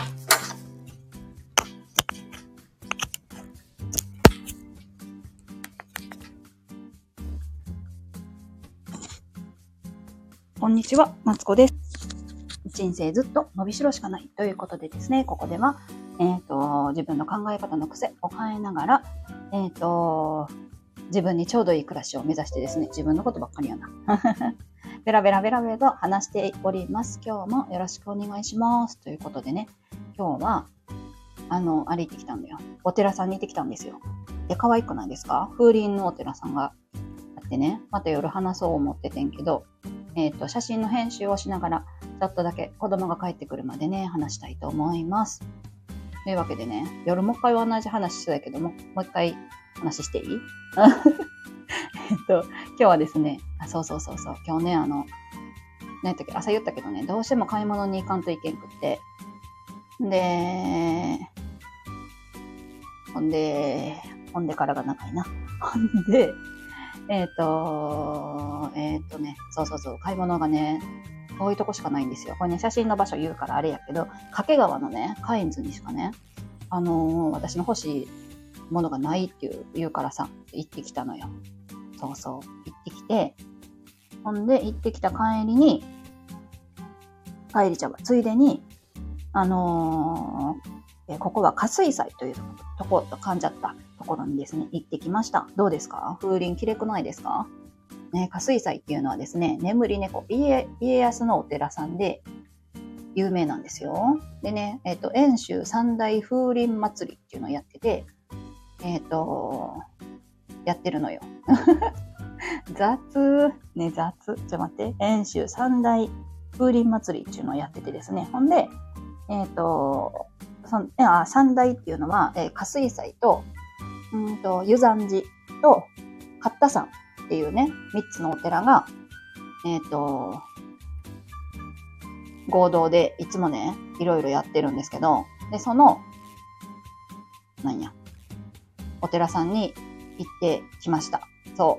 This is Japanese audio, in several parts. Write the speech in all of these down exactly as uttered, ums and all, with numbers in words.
こんにちは、マツコです。人生ずっと伸びしろしかないということでですね、ここでは、えっと、自分の考え方の癖を変えながら、えっと、自分にちょうどいい暮らしを目指してですね、自分のことばっかりやな。ベラベラベラベラと話しております。今日もよろしくお願いします。ということでね、今日は、あの、歩いてきたんだよ。お寺さんに行ってきたんですよ。で、可愛くないですか？風鈴のお寺さんがあってね、また夜話そう思っててんけど、えっと、写真の編集をしながら、ちょっとだけ子供が帰ってくるまでね、話したいと思います。というわけでね、夜もう一回同じ話してたけども、もう一回話していい？えっと、今日はですね、あ、そうそうそうそう、今日ね、あの、何やったっけ、朝言ったけどね、どうしても買い物に行かんといけんくって、で、ほんで、ほんでからが長いな。ほんで、えっと、えっとね、そうそうそう、買い物がね、遠いとこしかないんですよ。これね、写真の場所言うからあれやけど、掛川のね、カインズにしかね、あのー、私の欲しいものがないっていう言うからさ、行ってきたのよ。そうそう、行ってきて、ほんで行ってきた帰りに、帰りちゃうわ、ついでに、あのー、えここは加水祭というところと感じちゃったところにですね、行ってきました。どうですか？風鈴きれくないですか？ね、加水祭っていうのはですね、眠り猫、家、家康のお寺さんで有名なんですよ。でね、えっと、遠州三大風鈴祭りっていうのをやってて、えっと、やってるのよ。雑、ね、雑。ちょっと待って。遠州三大風鈴祭りっていうのをやっててですね。ほんで、えっと、そあ三大っていうのは、えー、加水祭と、うんと、湯山寺と、八田山っていうね、三つのお寺が、えっと、合同でいつもね、いろいろやってるんですけど、で、その、なんや、お寺さんに行ってきました。そう。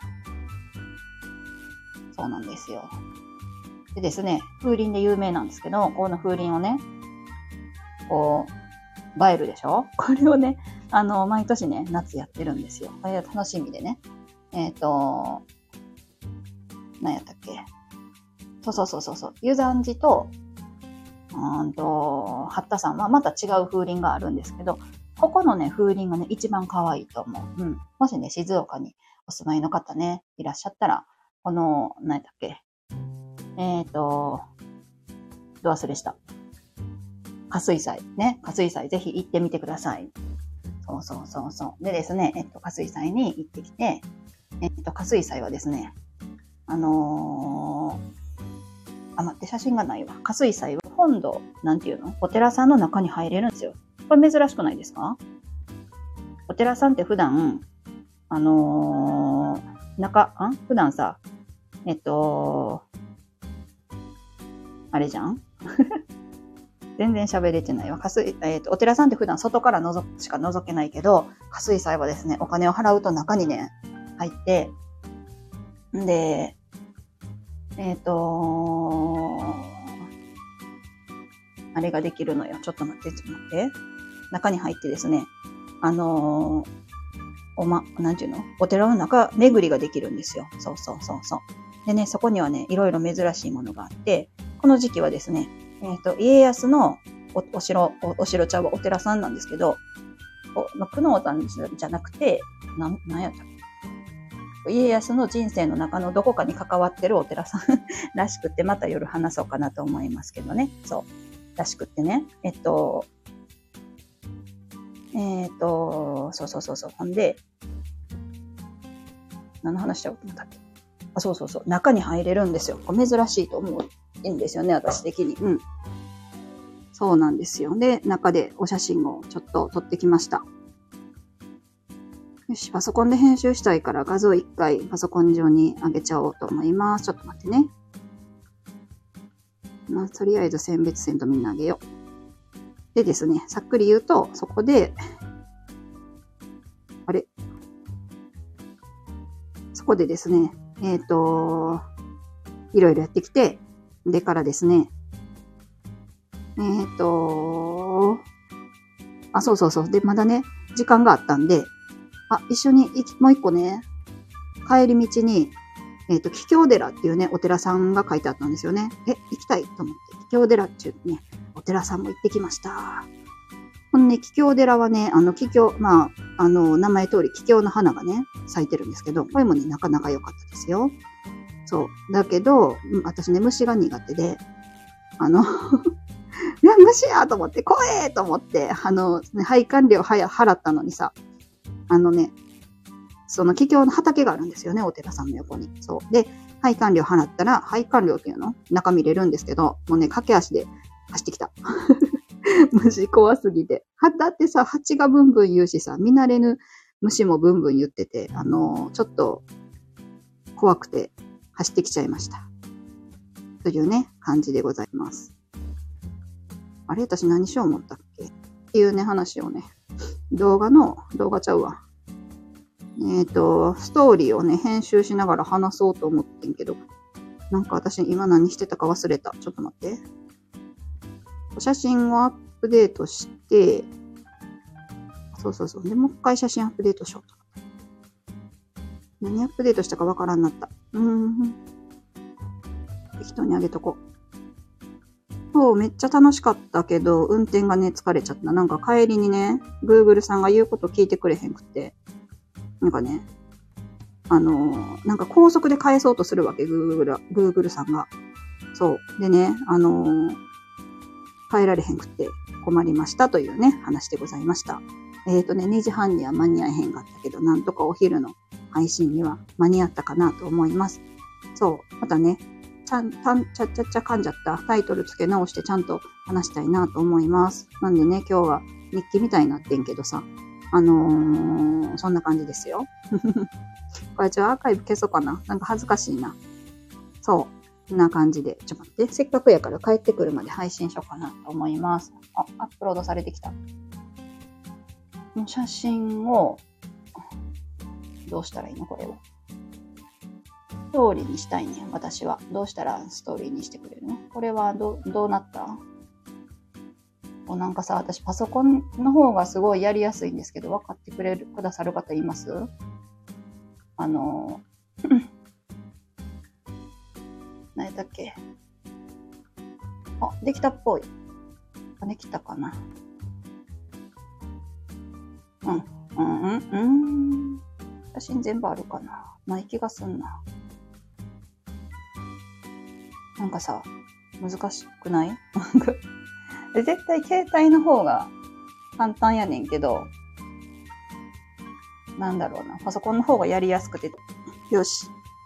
そうなんですよ。でですね、風鈴で有名なんですけど、この風鈴をね、こう、映えるでしょ？これをね、あの、毎年ね、夏やってるんですよ。これが楽しみでね。えっと、何やったっけ？そうそうそうそうそう。湯山寺と、うんと、八田山はまた違う風鈴があるんですけど、ここのね、風鈴がね、一番可愛いと思う。うん。もしね、静岡にお住まいの方ね、いらっしゃったら、この、何やったっけ？えっと、ど忘れした。加水祭。ね。加水祭、ぜひ行ってみてください。そうそうそうそう。でですね、えっと、加水祭に行ってきて、えっと、加水祭はですね、あのー、あ、待って、写真がないわ。加水祭は本堂、なんていうの？お寺さんの中に入れるんですよ。これ珍しくないですか？お寺さんって普段、あのー、中、あ普段さ、えっと、あれじゃん全然喋れてないわ。加水、えっと、お寺さんって普段外から覗しか覗けないけど、加水祭はですね、お金を払うと中にね、入って、んで、えっと、あれができるのよ。ちょっと待って、ちょっと待って。中に入ってですね、あのー、おま、なんていうの？お寺の中、巡りができるんですよ。そうそうそうそう。でね、そこにはね、いろいろ珍しいものがあって、この時期はですね、えっと、家康のお、お城、お、お城ちゃうお寺さんなんですけど、おまあ、久能山じゃなくて、なん、なんやったっけ？家康の人生の中のどこかに関わってるお寺さんらしくって、また夜話そうかなと思いますけどね。そう。らしくってね。えっと、えっと、そうそうそうそう。ほんで、何の話しちゃおうと思ったっけ？あ、そうそうそう。中に入れるんですよ。珍しいと思うんですよね、私的に。うん。そうなんですよ。で、中でお写真をちょっと撮ってきました。よし、パソコンで編集したいから画像一回パソコン上に上げちゃおうと思います。ちょっと待ってね。まあ、とりあえず選別線とみんな上げよう。でですね、さっくり言うと、そこで、あれそこでですね、えっと、いろいろやってきて、でからですね、 えっと、あ、そうそうそう。で、まだね、時間があったんで、あ、一緒に、もう一個ね、帰り道に、えっと、桔梗寺っていうね、お寺さんが書いてあったんですよね。え、行きたいと思って、桔梗寺っていうね、お寺さんも行ってきました。このね、桔梗寺はね、あの、桔梗、まあ、あの、名前通り桔梗の花がね、咲いてるんですけど、これもね、なかなか良かったですよ。そう。だけど、私ね、虫が苦手で、あの、いや、虫やと思って、怖えと思って、あの、ね、配管料はや払ったのにさ、あのね、その桔梗の畑があるんですよね、お寺さんの横に。そう。で、配管料払ったら、配管料っていうの中見れるんですけど、もうね、駆け足で走ってきた。虫怖すぎて。は、だってさ、蜂がブンブン言うしさ、見慣れぬ虫もブンブン言ってて、あのー、ちょっと怖くて走ってきちゃいました。というね、感じでございます。あれ、私何しよう思ったっけっていうね、話をね、動画の、動画ちゃうわ。えっと、ストーリーをね、編集しながら話そうと思ってんけど、なんか私今何してたか忘れた。ちょっと待って。写真をアップデートして、そうそうそう。で、もう一回写真アップデートしようと。何アップデートしたかわからんなった。うーん。適当にあげとこう。そう、めっちゃ楽しかったけど、運転がね、疲れちゃった。なんか帰りにね、Google さんが言うこと聞いてくれへんくて、なんかね、あのー、なんか高速で返そうとするわけ、Google、Google さんが。そう。でね、あのー、変えられへんくて困りましたというね、話でございました。えっとね、にじはんには間に合えへんかったけど、なんとかお昼の配信には間に合ったかなと思います。そう。またね、ちゃん、たん、ちゃっちゃっちゃ噛んじゃったタイトル付け直してちゃんと話したいなと思います。なんでね、今日は日記みたいになってんけどさ、あのー、そんな感じですよ。これちょっとアーカイブ消そうかな。なんか恥ずかしいな。そう。こんな感じで。ちょっと待って。せっかくやから帰ってくるまで配信しようかなと思います。あ、アップロードされてきた。この写真を、どうしたらいいのこれを。ストーリーにしたいね。私は。どうしたらストーリーにしてくれるのこれはど、どうなったこうなんかさ、私パソコンの方がすごいやりやすいんですけど、分かってくれる、くださる方いますあの、何やったっけあ、できたっぽい。あ、できたかなうん、うん、うん、うん。写真全部あるかなない気がすんな。なんかさ、難しくない絶対携帯の方が簡単やねんけど、なんだろうな。パソコンの方がやりやすくて。よし。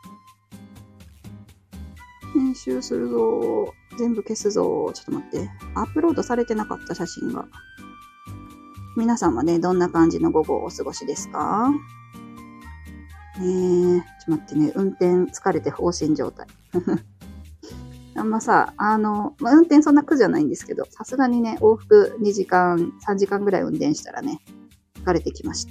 編集するぞ。全部消すぞ。ちょっと待って。アップロードされてなかった写真が。皆さんはね、どんな感じの午後をお過ごしですかえー、ちょっと待ってね。運転疲れて放心状態。あんまさ、あの、まあ、運転そんな苦じゃないんですけど、さすがにね、往復にじかん、さんじかんぐらい運転したらね、疲れてきました。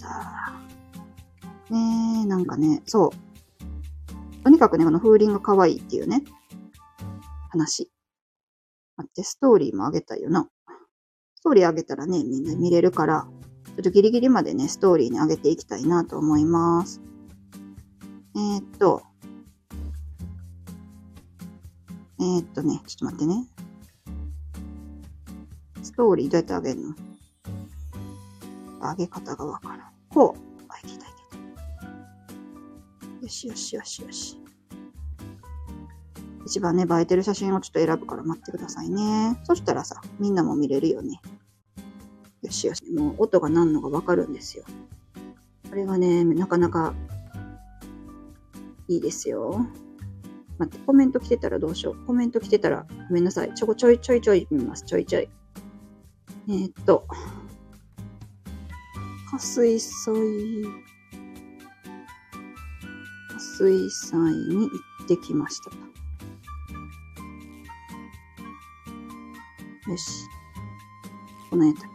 ねえ、なんかね、そう。とにかくね、この風鈴が可愛いっていうね、話。待って、ストーリーも上げたいよな。ストーリー上げたらね、みんな見れるから、ちょっとギリギリまでね、ストーリーに上げていきたいなと思います。えー、っと、えー、っとね、ちょっと待ってね。ストーリーどうやって上げるの上げ方がわからん。こう。あ、いけたいけた。よしよしよしよし。一番ね、映えてる写真をちょっと選ぶから待ってくださいね。そしたらさ、みんなも見れるよね。よしよし。もう音が鳴るのがわかるんですよ。これがね、なかなかいいですよ。待って、コメント来てたらどうしよう。コメント来てたらごめんなさい。ちょこちょいちょいちょい見ます。ちょいちょい。えー、っと。かすい祭。かすい祭に行ってきましたと。よし。このやったっけ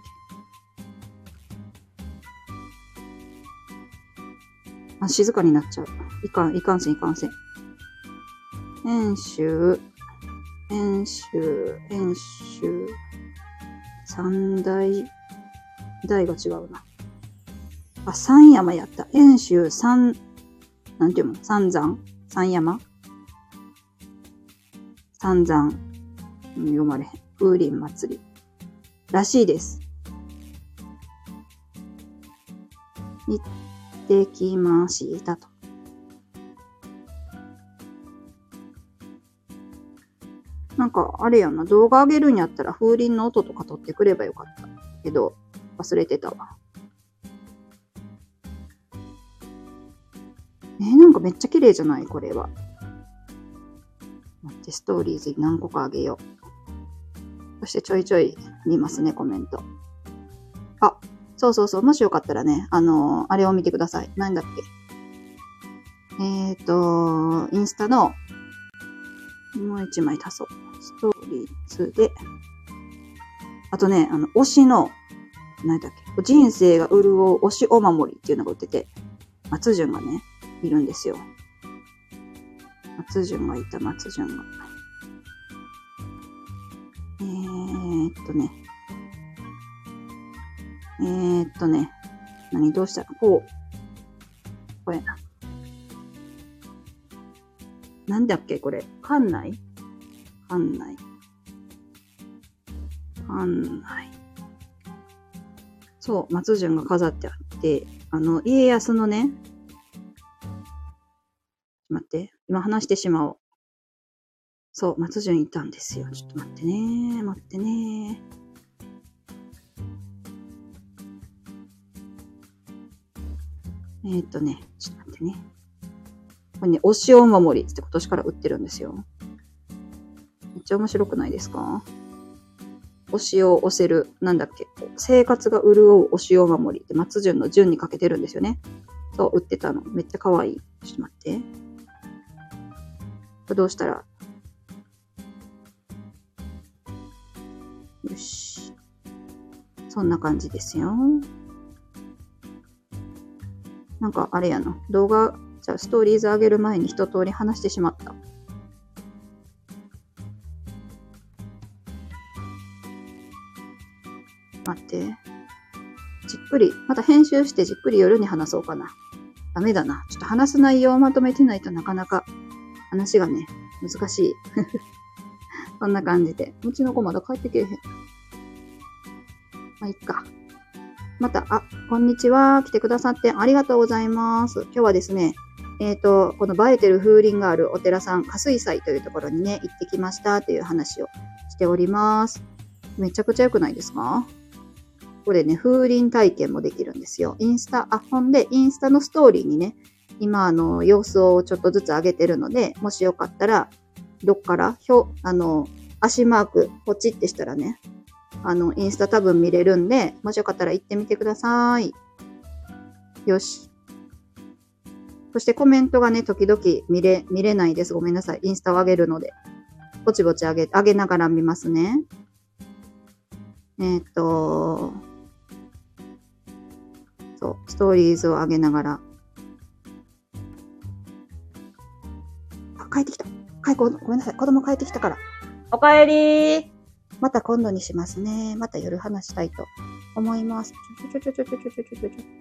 あ、静かになっちゃう。いかん、いかんせん、いかんせん。編集、編集、編集。 三大、大が違うな。あ、三山やった。遠州三、なんていうの三山三山三山。読まれへん。風鈴祭り。らしいです。行ってきましたと。なんか、あれやな、動画上げるんやったら風鈴の音とか撮ってくればよかったけど、忘れてたわ。えー、なんかめっちゃ綺麗じゃないこれは。待って、ストーリーズに何個かあげよう。そしてちょいちょい見ますね、コメント。あ、そうそうそう、もしよかったらね、あのー、あれを見てください。なんだっけ。えっと、インスタの、もう一枚足そう。ストーリーズで、あとね、あの、推しの、何だっけ、人生が潤う推しお守りっていうのが売ってて、松潤がね、いるんですよ。松潤がいた、松潤が。えーっとね。えーっとね。何どうしたらこう。これな。なんだっけこれ。館内館内。館内。そう、松潤が飾ってあって、あの、家康のね、待って、今話してしまおう。そう、松潤いたんですよ。ちょっと待ってね、待ってね。えーっとね、ちょっと待ってね。これね、推しお守りって今年から売ってるんですよ。めっちゃ面白くないですか？推しを押せる、なんだっけ、生活が潤う推しお守りって松潤の潤にかけてるんですよね。そう、売ってたの。めっちゃ可愛い。ちょっと待って。これどうしたら。よし。そんな感じですよ。なんかあれやな。動画、じゃあストーリーズ上げる前に一通り話してしまった。待って。じっくり、また編集してじっくり夜に話そうかな。ダメだな。ちょっと話す内容をまとめてないとなかなか話がね、難しい。そんな感じで。うちの子まだ帰ってけえへん。まあ、いっか。また、あ、こんにちは。来てくださってありがとうございます。今日はですね、えっと、この映えてる風鈴があるお寺さん、加水祭というところにね、行ってきましたという話をしております。めちゃくちゃ良くないですか？これね、風鈴体験もできるんですよ。インスタ、あ、ほんで、インスタのストーリーにね、今、あの、様子をちょっとずつ上げてるので、もしよかったら、どっから、ひょ、あの、足マーク、ポチってしたらね、あの、インスタ多分見れるんで、もしよかったら行ってみてください。よし。そしてコメントがね、時々見れ、見れないです。ごめんなさい。インスタを上げるので。ぼちぼち上げ、上げながら見ますね。えっと、そう、ストーリーズを上げながら。あ、帰ってきた。帰、ごめんなさい。子供帰ってきたから。おかえりー。また今度にしますね。また夜話したいと思います。ちょちょちょちょちょちょちょちょちょ。